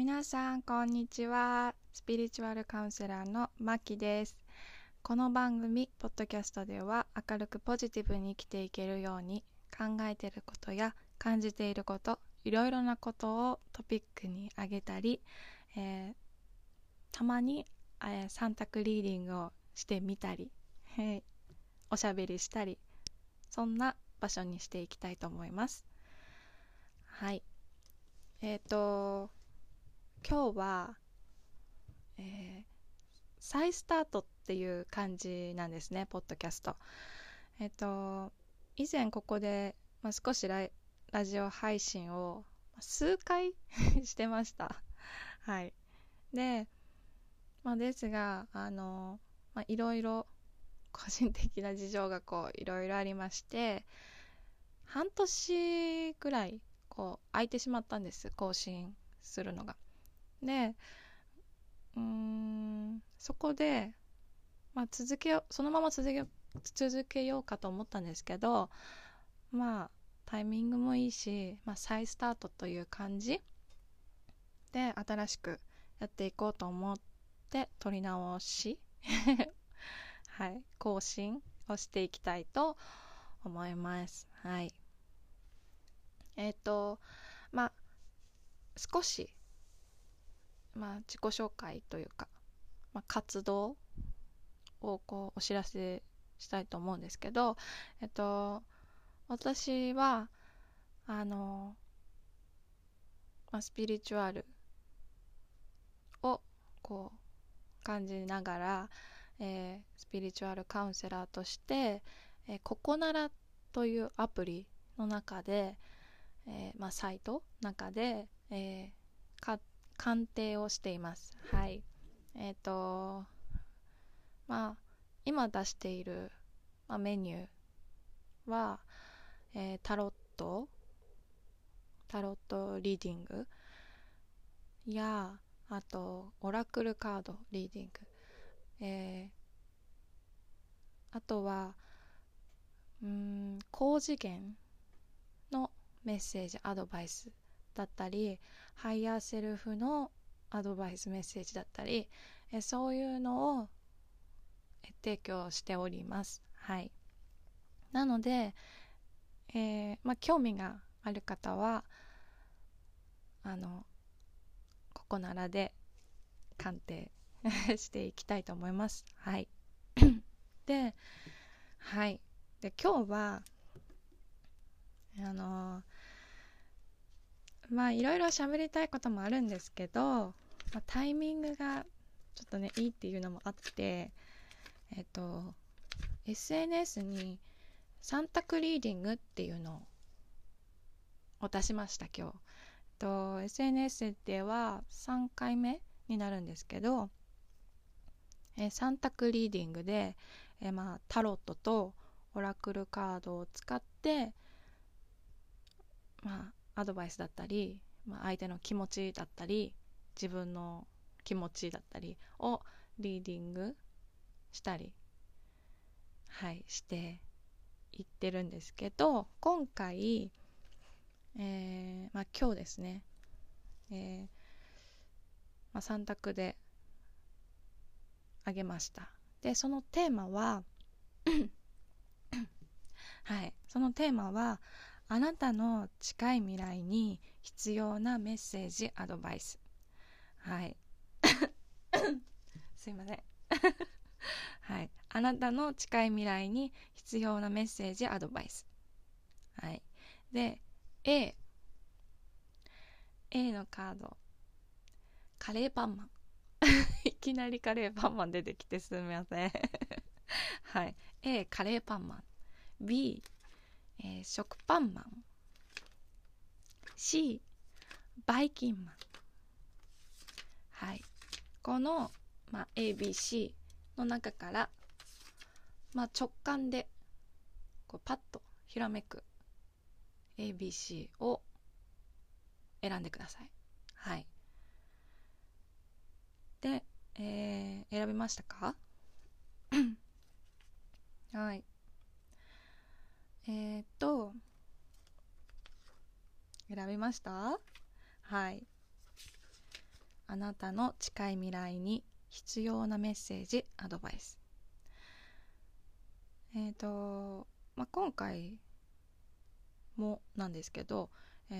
皆さんこんにちは。スピリチュアルカウンセラーのマキです。この番組ポッドキャストでは明るくポジティブに生きていけるように考えていることや感じていること、いろいろなことをトピックに挙げたり、たまに、3択リーディングをしてみたり、おしゃべりしたり、そんな場所にしていきたいと思います。はい。今日は、再スタートっていう感じなんですね、ポッドキャスト。以前ここで、少しラジオ配信を数回してました。はい。で、ですが、いろいろ個人的な事情がいろいろありまして、半年くらい空いてしまったんです、更新するのが。で、そこで、そのまま続けようかと思ったんですけど、タイミングもいいし、再スタートという感じで新しくやっていこうと思って撮り直しはい、更新をしていきたいと思います。はい。少し、自己紹介というか、活動をお知らせしたいと思うんですけど、私はスピリチュアルを感じながら、スピリチュアルカウンセラーとして、ココナラというアプリの中で、サイト中で、鑑定をしています。はい。今出している、メニューは、タロットリーディングや、あとオラクルカードリーディング、あとは高次元のメッセージアドバイスだったり、ハイヤーセルフのアドバイスメッセージだったり、そういうのを提供しております。はい。なので、興味がある方はここならで鑑定していきたいと思います。はい。で、はい。で、今日は、いろいろ喋りたいこともあるんですけど、タイミングがちょっとね、いいっていうのもあって、SNS に3択リーディングっていうのを出しました、今日。SNS では3回目になるんですけど、3択リーディングで、タロットとオラクルカードを使って、アドバイスだったり、相手の気持ちだったり、自分の気持ちだったりをリーディングしたり、していってるんですけど、今回、今日ですね、3択であげました。で、そのテーマはそのテーマは、あなたの近い未来に必要なメッセージアドバイス。はい。すいません。はい。あなたの近い未来に必要なメッセージアドバイス。はい。で、A のカード、カレーパンマン。いきなりカレーパンマン出てきてすみません。はい。A、カレーパンマン。B、食パンマン。C、バイキンマン。はい。この、ABC の中から、直感でパッとひらめく ABC を選んでください。はい。で、選びましたか？はい。選びました？はい。 あなたの近い未来に必要なメッセージ、アドバイス。今回もなんですけど、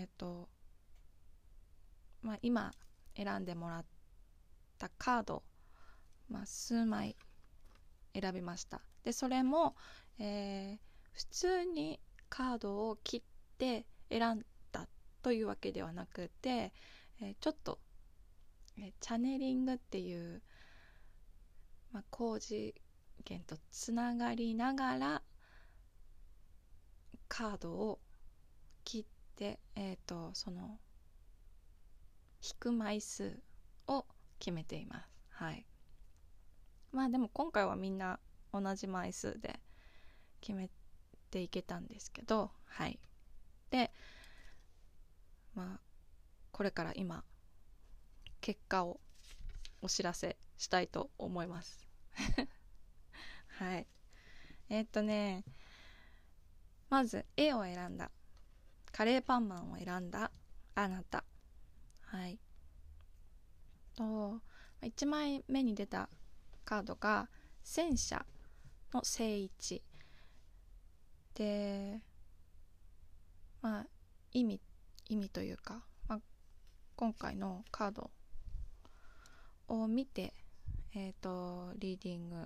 今選んでもらったカード、数枚選びました。でそれも、普通にカードを切って選んだというわけではなくて、ちょっと、チャネリングっていう、高次元とつながりながらカードを切って、その引く枚数を決めています。はい。でも今回はみんな同じ枚数で決めていけたんですけど、はい。で、これから今結果をお知らせしたいと思いますはい。まず A を選んだ、カレーパンマンを選んだあなた。はい。1枚目に出たカードが戦車の正位置で、意味というか、今回のカードを見て、リーディング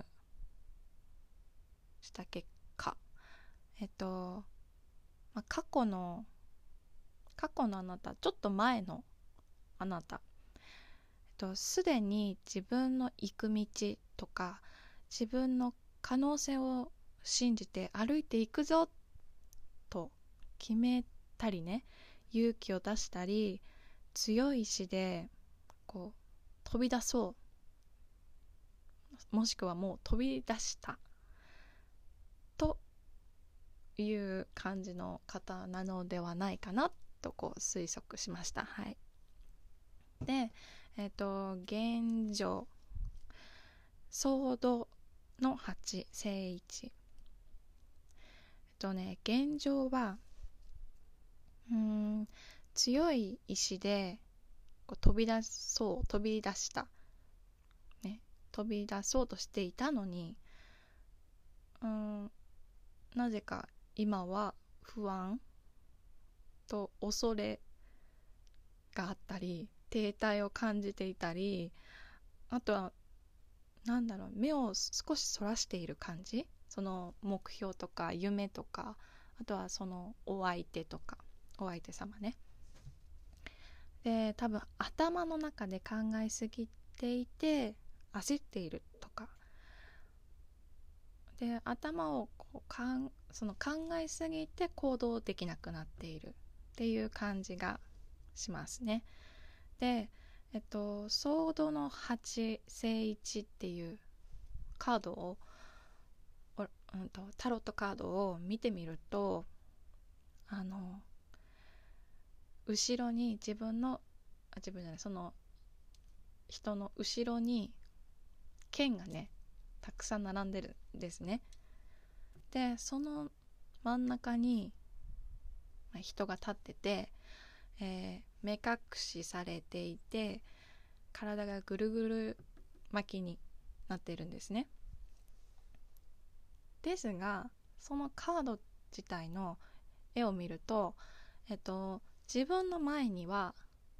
した結果、過去のあなた、ちょっと前のあなた、すでに自分の行く道とか自分の可能性を信じて歩いていくぞと決めたりね、勇気を出したり強い意志で飛び出そう、もしくはもう飛び出したという感じの方なのではないかなと推測しました。はい。で、現状ソードの8正位置、現状は強い意志で飛び出そう、飛び出した、ね、飛び出そうとしていたのに、なぜか今は不安と恐れがあったり、停滞を感じていたり、あとは目を少しそらしている感じ、その目標とか夢とか、あとはそのお相手とか、お相手様ね。で多分頭の中で考えすぎていて焦っているとかで、頭をその考えすぎて行動できなくなっているっていう感じがしますね。で、ソードの8正位置っていうカードを、タロットカードを見てみると、後ろにその人の後ろに剣がねたくさん並んでるんですね。でその真ん中に人が立ってて、目隠しされていて体がぐるぐる巻きになっているんですね。ですがそのカード自体の絵を見ると、自分の前には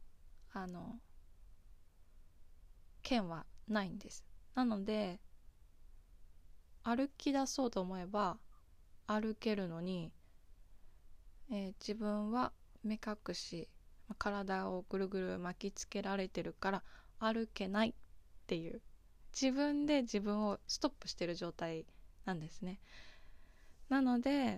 剣はないんです。なので歩き出そうと思えば歩けるのに、自分は目隠し、体をぐるぐる巻きつけられてるから歩けないっていう、自分で自分をストップしてる状態なんですね。なの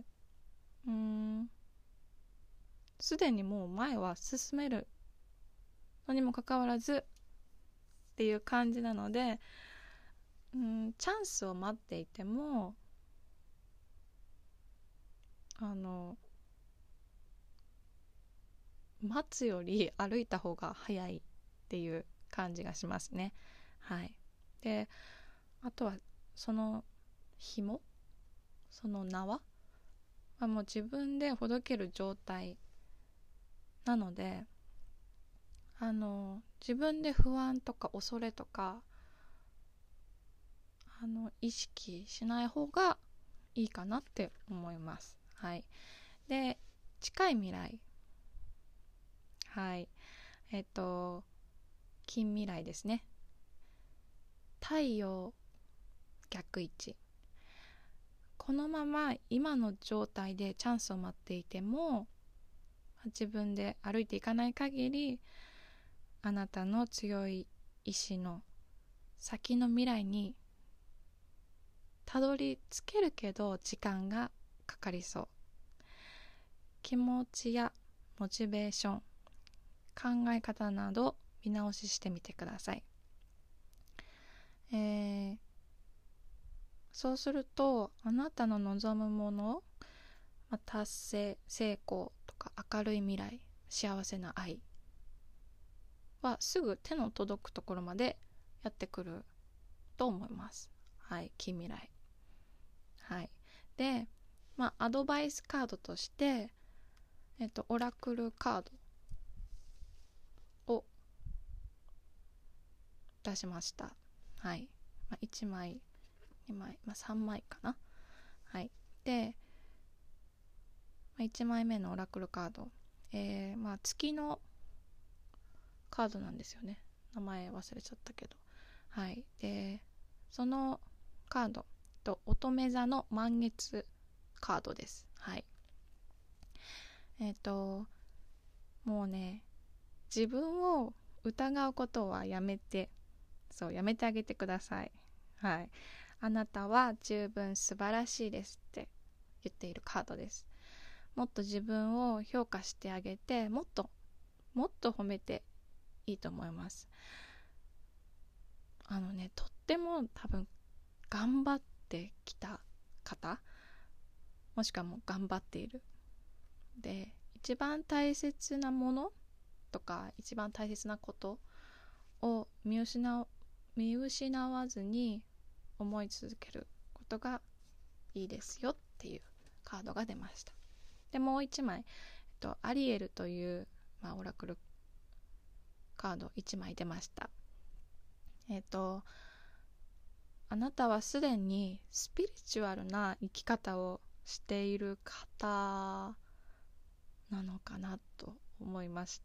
ですでにもう前は進めるのにもかかわらずっていう感じなので、チャンスを待っていても待つより歩いた方が早いっていう感じがしますね。はい。であとはその紐、その縄はもう自分でほどける状態なので、 自分で不安とか恐れとか意識しない方がいいかなって思います。はい。で、近い未来、はい、近未来ですね。太陽逆位置。このまま今の状態でチャンスを待っていても、自分で歩いていかない限り、あなたの強い意志の先の未来にたどり着けるけど時間がかかりそう。気持ちやモチベーション、考え方など見直ししてみてください。そうするとあなたの望むもの、達成、成功とか明るい未来、幸せな愛はすぐ手の届くところまでやってくると思います。はい、近未来。はい。で、アドバイスカードとして、オラクルカードを出しました。はい。1枚、2枚、3枚かな。はい。で、1枚目のオラクルカード、月のカードなんですよね。名前忘れちゃったけど。はい。で、そのカードと乙女座の満月カードです。はい。もうね、自分を疑うことはやめてあげてください。はい。あなたは十分素晴らしいですって言っているカードです。もっと自分を評価してあげて、もっと褒めていいと思います。とっても多分頑張ってきた方、もしくはもう頑張っている。で、一番大切なものとか一番大切なことを見失わずに思い続けることがいいですよっていうカードが出ました。で、もう一枚、アリエルという、オラクルカード1枚出ました。あなたはすでにスピリチュアルな生き方をしている方なのかなと思いました。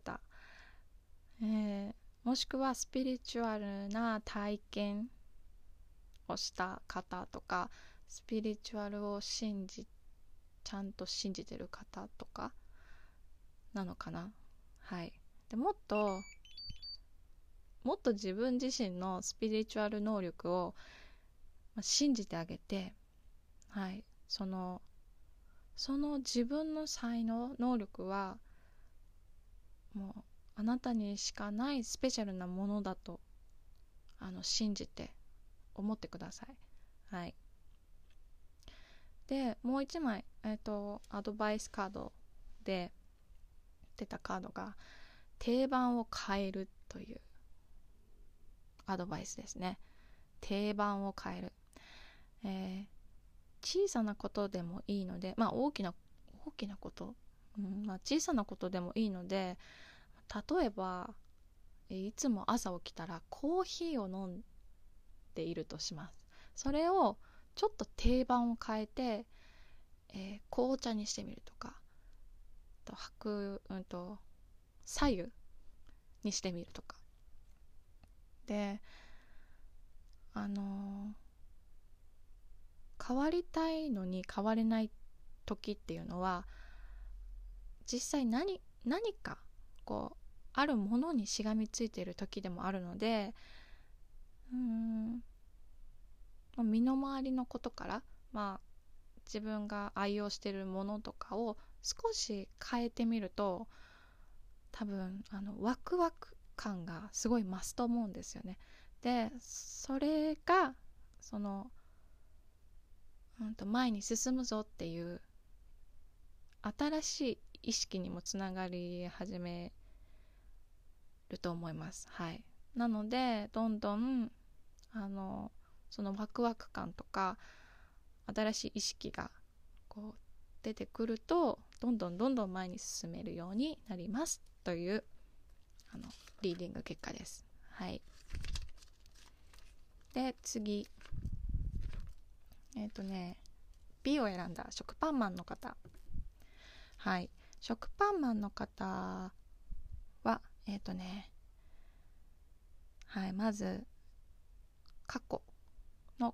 もしくはスピリチュアルな体験をした方とか、スピリチュアルをちゃんと信じてる方とかなのかな。はい。で、もっと自分自身のスピリチュアル能力を信じてあげて、はい、その自分の才能、能力はもうあなたにしかないスペシャルなものだと信じて思ってください。はい。で、もう一枚、アドバイスカードで出たカードが定番を変えるというアドバイスですね。定番を変える。小さなことでもいいので、大きなこと、小さなことでもいいので、例えばいつも朝起きたらコーヒーを飲んでいるとします。それをちょっと定番を変えて、紅茶にしてみるとか、白湯にしてみるとかで、変わりたいのに変われない時っていうのは、実際何かこうあるものにしがみついている時でもあるので、身の回りのことから、自分が愛用しているものとかを少し変えてみると、多分ワクワク感がすごい増すと思うんですよね。で、それが前に進むぞっていう新しい意識にもつながり始めると思います。はい。なのでどんどんそのワクワク感とか新しい意識がこう出てくると、どんどん前に進めるようになりますというリーディング結果です。はい。で次B を選んだ食パンマンの方。はい。食パンマンの方ははい、まず過去の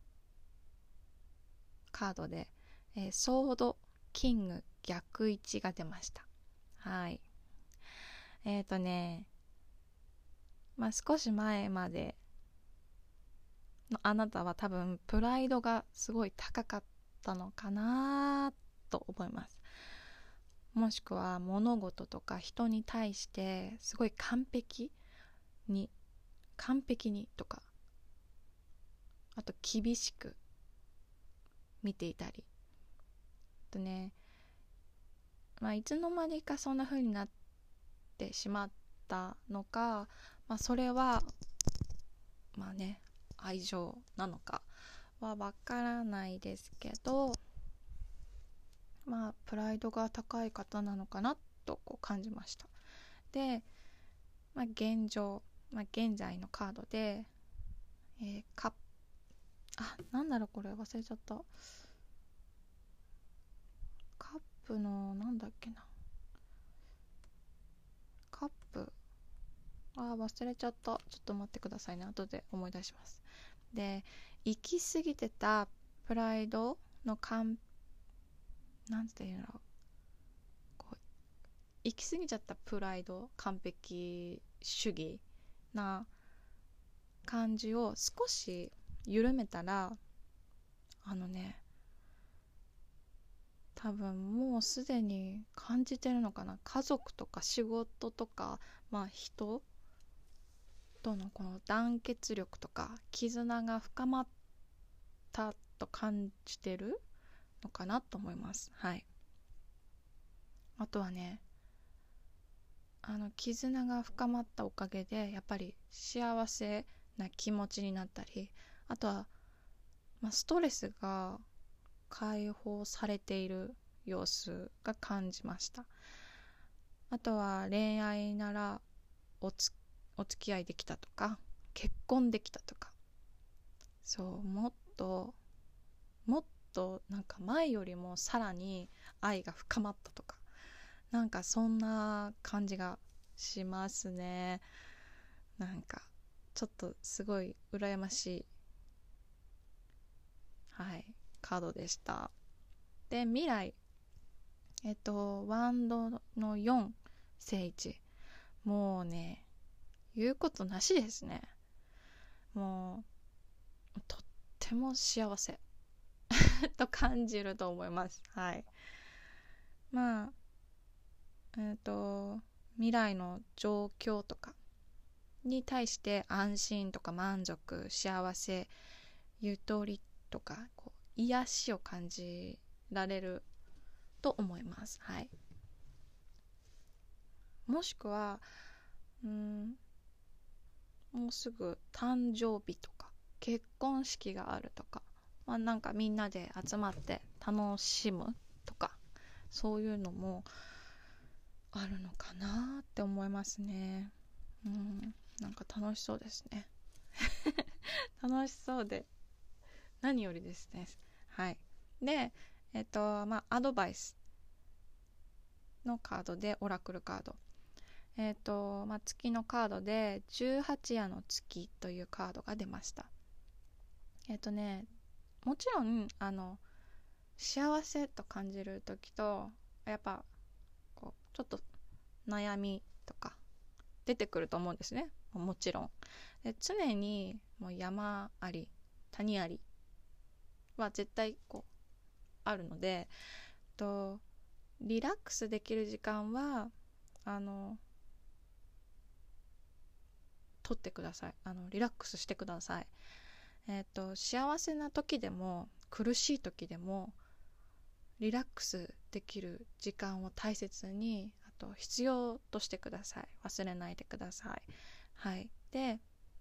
カードで、ソードキング逆位置が出ました。はい。少し前までのあなたは多分プライドがすごい高かったのかなと思います。もしくは物事とか人に対してすごい完璧にとか、あと厳しく見ていたりいつの間にかそんな風になってしまったのか、それは愛情なのかはわからないですけど、プライドが高い方なのかなと感じました。で、現状、現在のカードで、なんだろうこれ忘れちゃった。カップのなんだっけな。カップ忘れちゃった。ちょっと待ってくださいね。後で思い出します。で、行き過ぎてたプライドのなんていうの、行き過ぎちゃったプライド、完璧主義な感じを少し緩めたら、多分もうすでに感じてるのかな。家族とか仕事とか、人とのこの団結力とか絆が深まったと感じてるのかなと思います。はい。あとは絆が深まったおかげでやっぱり幸せな気持ちになったり、あとは、ストレスが解放されている様子が感じました。あとは恋愛ならお付き合いできたとか、結婚できたとか、もっとなんか前よりもさらに愛が深まったとか、なんかそんな感じがしますね。なんかちょっとすごい羨ましい、カードでした。で、未来、ワンドの4聖地、もう言うことなしですね。もうとっても幸せと感じると思います。はい。未来の状況とかに対して安心とか満足、幸せ、ゆとりとか癒しを感じられると思います。はい。もしくはもうすぐ誕生日とか結婚式があるとか、なんかみんなで集まって楽しむとか、そういうのもあるのかなって思いますね。なんか楽しそうですね。楽しそうで何よりですね。はい。で、アドバイスのカードでオラクルカード。月のカードで18夜の月というカードが出ました。もちろん幸せと感じる時と、やっぱちょっと悩みとか出てくると思うんですね。もちろんで、常にもう山あり谷ありは絶対あるので、リラックスできる時間は取ってください。リラックスしてください。幸せな時でも苦しい時でもリラックスできる時間を大切に、あと必要としてください。忘れないでください。はい。で、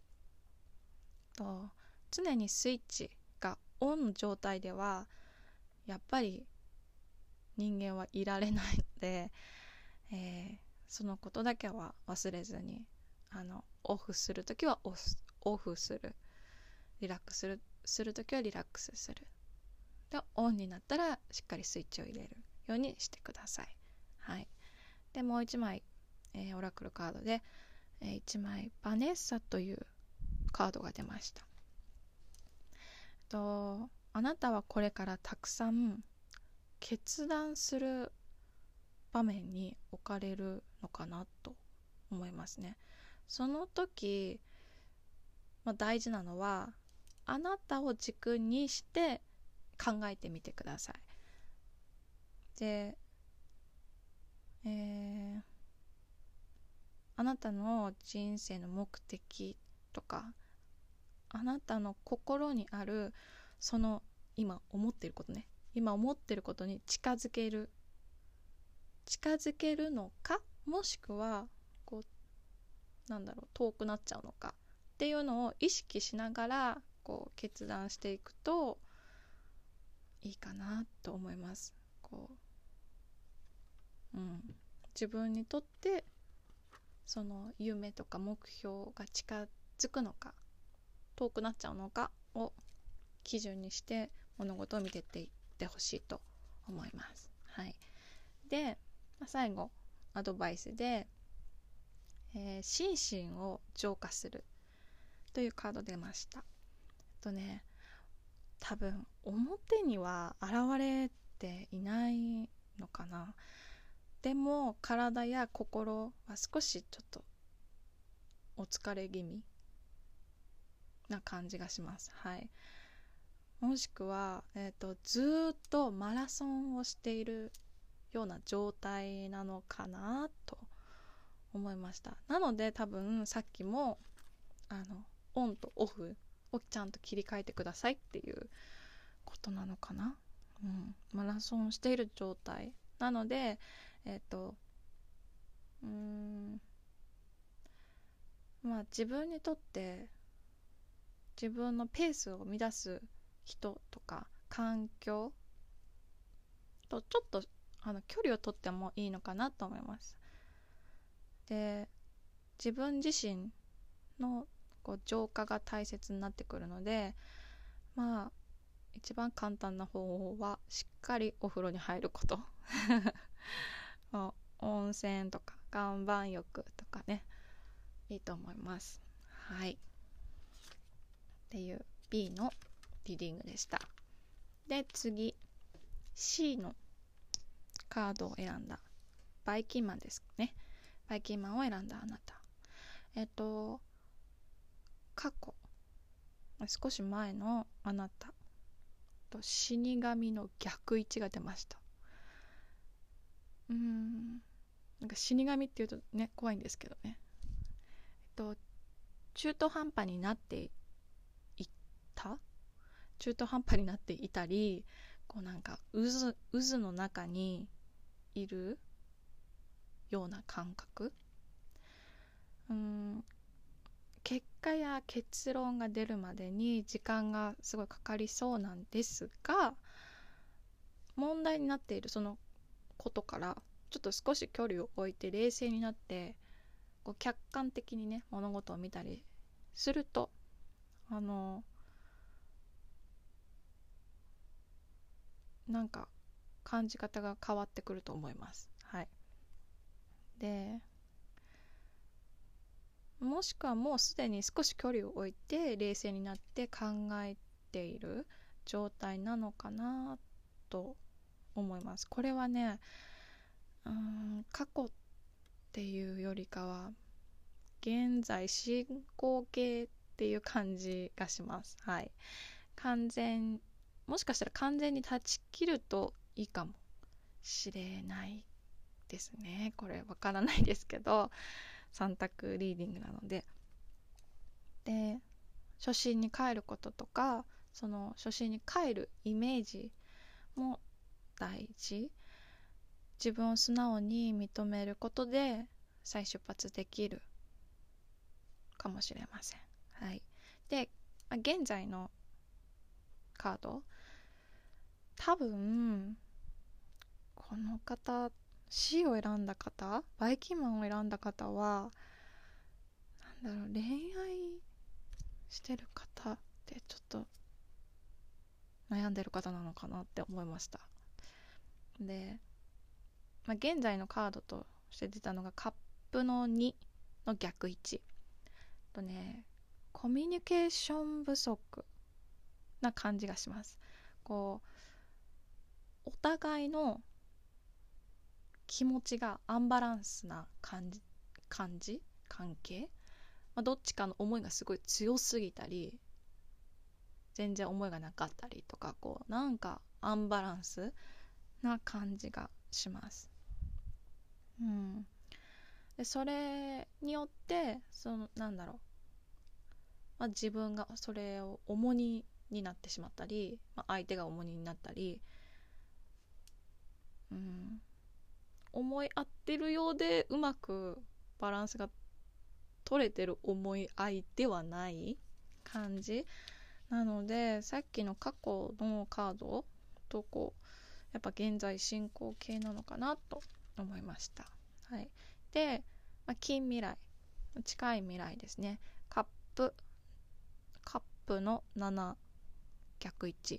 常にスイッチがオンの状態ではやっぱり人間はいられないので、 そのことだけは忘れずに、オフするときはオフする、リラックスするときはリラックスする、でオンになったらしっかりスイッチを入れるようにしてください。はい。でもう1枚、オラクルカードで、1枚バネッサというカードが出ました。あなたはこれからたくさん決断する場面に置かれるのかなと思いますね。その時、大事なのはあなたを軸にして考えてみてください。で、あなたの人生の目的とか、あなたの心にあるその今思っていることに近づけるのか、もしくは遠くなっちゃうのかっていうのを意識しながら決断していくといいかなと思います。自分にとってその夢とか目標が近づくのか遠くなっちゃうのかを基準にして物事を見てっていってほしいと思います。はい。で、最後アドバイスで、心身を浄化するというカード出ました。多分表には現れていないのかな。でも体や心は少しちょっとお疲れ気味な感じがします。はい。もしくは、ずっとマラソンをしているような状態なのかなと思いました。なので多分さっきもオンとオフをちゃんと切り替えてくださいっていうことなのかな。マラソンしている状態なので、自分にとって自分のペースを乱す人とか環境とちょっと距離を取ってもいいのかなと思います。で、自分自身の浄化が大切になってくるので、一番簡単な方法はしっかりお風呂に入ること温泉とか岩盤浴とかね、いいと思います。はい。っていう B のリーディングでした。で、次 C のカードを選んだバイキンマンですね。バイキンマンを選んだあなた、過去少し前のあなたと死神の逆位置が出ました。なんか死神っていうとね怖いんですけどね、中途半端になっていたり、なんか渦の中にいるような感覚、結果や結論が出るまでに時間がすごいかかりそうなんですが、問題になっているそのことからちょっと少し距離を置いて冷静になって客観的にね物事を見たりするとなんか感じ方が変わってくると思います。はい。で、もしくはもうすでに少し距離を置いて冷静になって考えている状態なのかなと思います。これはね、過去っていうよりかは現在進行形っていう感じがします。はい。もしかしたら完全に断ち切るといいかもしれないですね。これわからないですけど、3択リーディングなので。で、初心に帰ることとか、その初心に帰るイメージも大事。自分を素直に認めることで再出発できるかもしれません。はい。で、現在のカード、多分この方 C を選んだ方、バイキンマンを選んだ方は恋愛してる方ってちょっと悩んでる方なのかなって思いました。で、現在のカードとして出たのがカップの2の逆位置とね、コミュニケーション不足な感じがします。こうお互いの気持ちがアンバランスな関係、どっちかの思いがすごい強すぎたり全然思いがなかったりとか、なんかアンバランスな感じがします。でそれによって自分がそれを重荷になってしまったり、相手が重荷になったり、思い合ってるようでうまくバランスが取れてる思い合いではない感じなので、さっきの過去のカードとやっぱ現在進行形なのかなと思いました。はい。で、近未来、近い未来ですね。カップの7逆位置。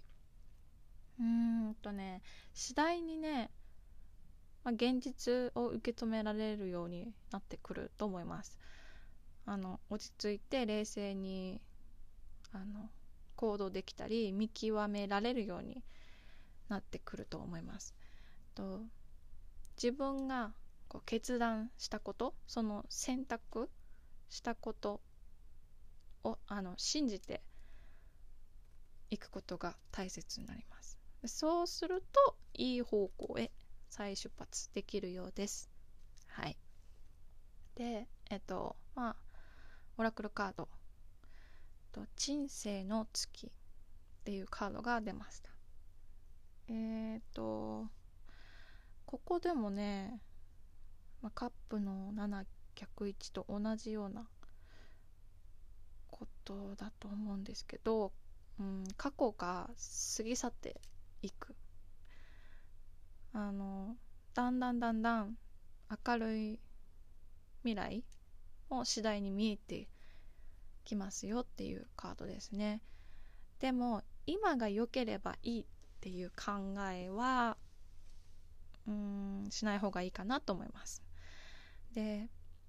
次第にね、現実を受け止められるようになってくると思います。落ち着いて冷静に行動できたり見極められるようになってくると思います。自分が決断したこと、その選択したことを信じていくことが大切になります。そうするといい方向へ再出発できるようです。はい。で、オラクルカード人生の月っていうカードが出ました。ここでもね、カップの7逆位置と同じようなことだと思うんですけど、過去が過ぎ去っていく、だんだん明るい未来も次第に見えてきますよっていうカードですね。でも今が良ければいいっていう考えはしない方がいいかなと思います。で、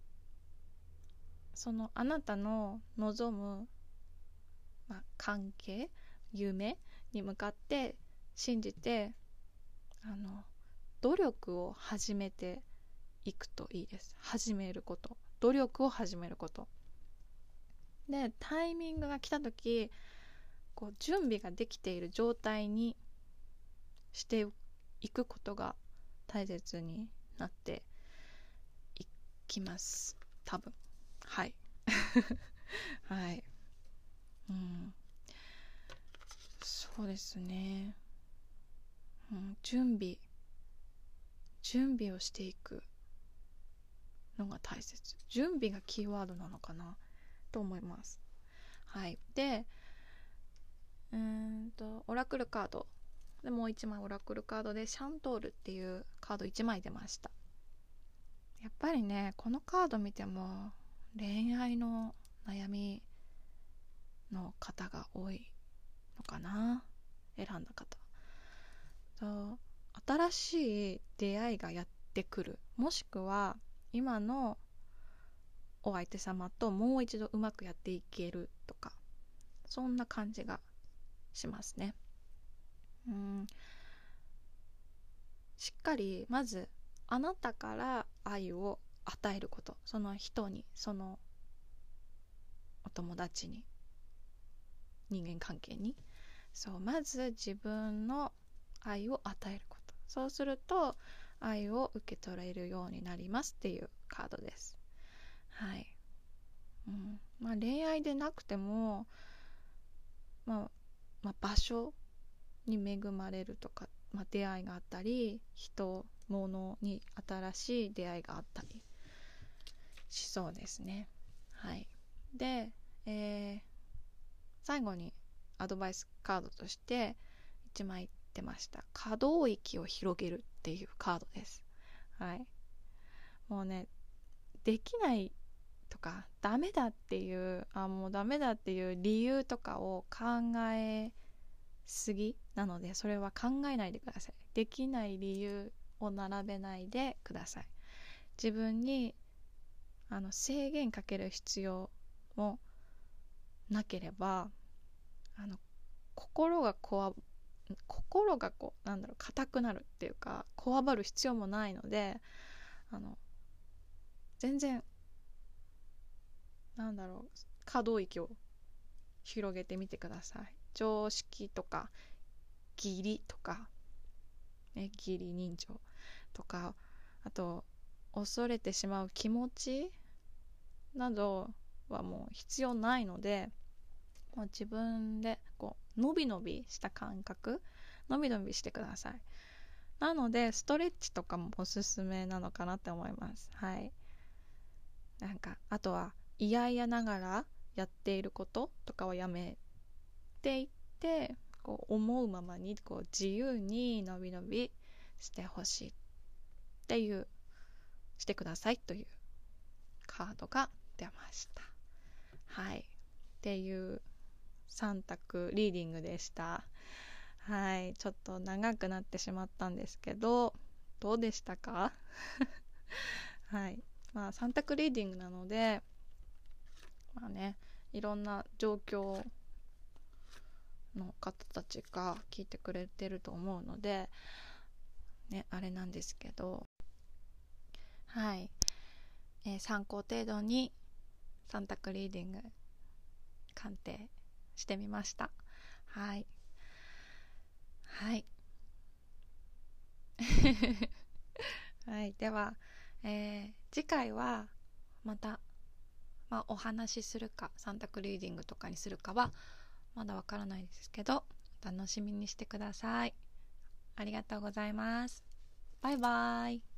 そのあなたの望む、関係、夢に向かって信じて努力を始めていくといいです。努力を始めることで、タイミングが来た時準備ができている状態にしていくことが大切になっていきます、多分。はいはい。そうですね。準備をしていくのが大切。準備がキーワードなのかなと思います。はい。で、オラクルカードでもう1枚オラクルカードでシャントールっていうカード1枚出ました。やっぱりね、このカード見ても恋愛の悩みの方が多いのかな、選んだ方。新しい出会いがやってくる、もしくは今のお相手様ともう一度うまくやっていけるとか、そんな感じがしますね。しっかりまずあなたから愛を与えること、その人に、そのお友達に、人間関係に、まず自分の愛を与えること、そうすると愛を受け取れるようになりますっていうカードです。はい。恋愛でなくても、場所に恵まれるとか、出会いがあったり、人物に新しい出会いがあったりしそうですね。はい。で、最後にアドバイスカードとして1枚出ました。可動域を広げるっていうカードです。 はい。もうね、できないとかダメだっていうもうダメだっていう理由とかを考えすぎなので、それは考えないでください。できない理由を並べないでください。自分に制限かける必要もなければ、心が硬くなるっていうか、こわばる必要もないので、全然可動域を広げてみてください。常識とか義理とか、義理人情とか、あと恐れてしまう気持ちなどはもう必要ないので、もう自分でのびのびした感覚、のびのびしてください。なのでストレッチとかもおすすめなのかなって思います。はい。あとは嫌々ながらやっていることとかはやめていって、思うままに自由にのびのびしてほしいっていう、してくださいというカードが出ました。はい。っていう3択リーディングでした。はい。ちょっと長くなってしまったんですけど、どうでしたか？はい。3択リーディングなので、いろんな状況の方たちが聞いてくれてると思うので、あれなんですけど、はい。参考程度に3択リーディング鑑定してみました。はい。はい。はい。では、次回はまた、お話しするか3択リーディングとかにするかはまだわからないですけど、楽しみにしてください。ありがとうございます。バイバイ。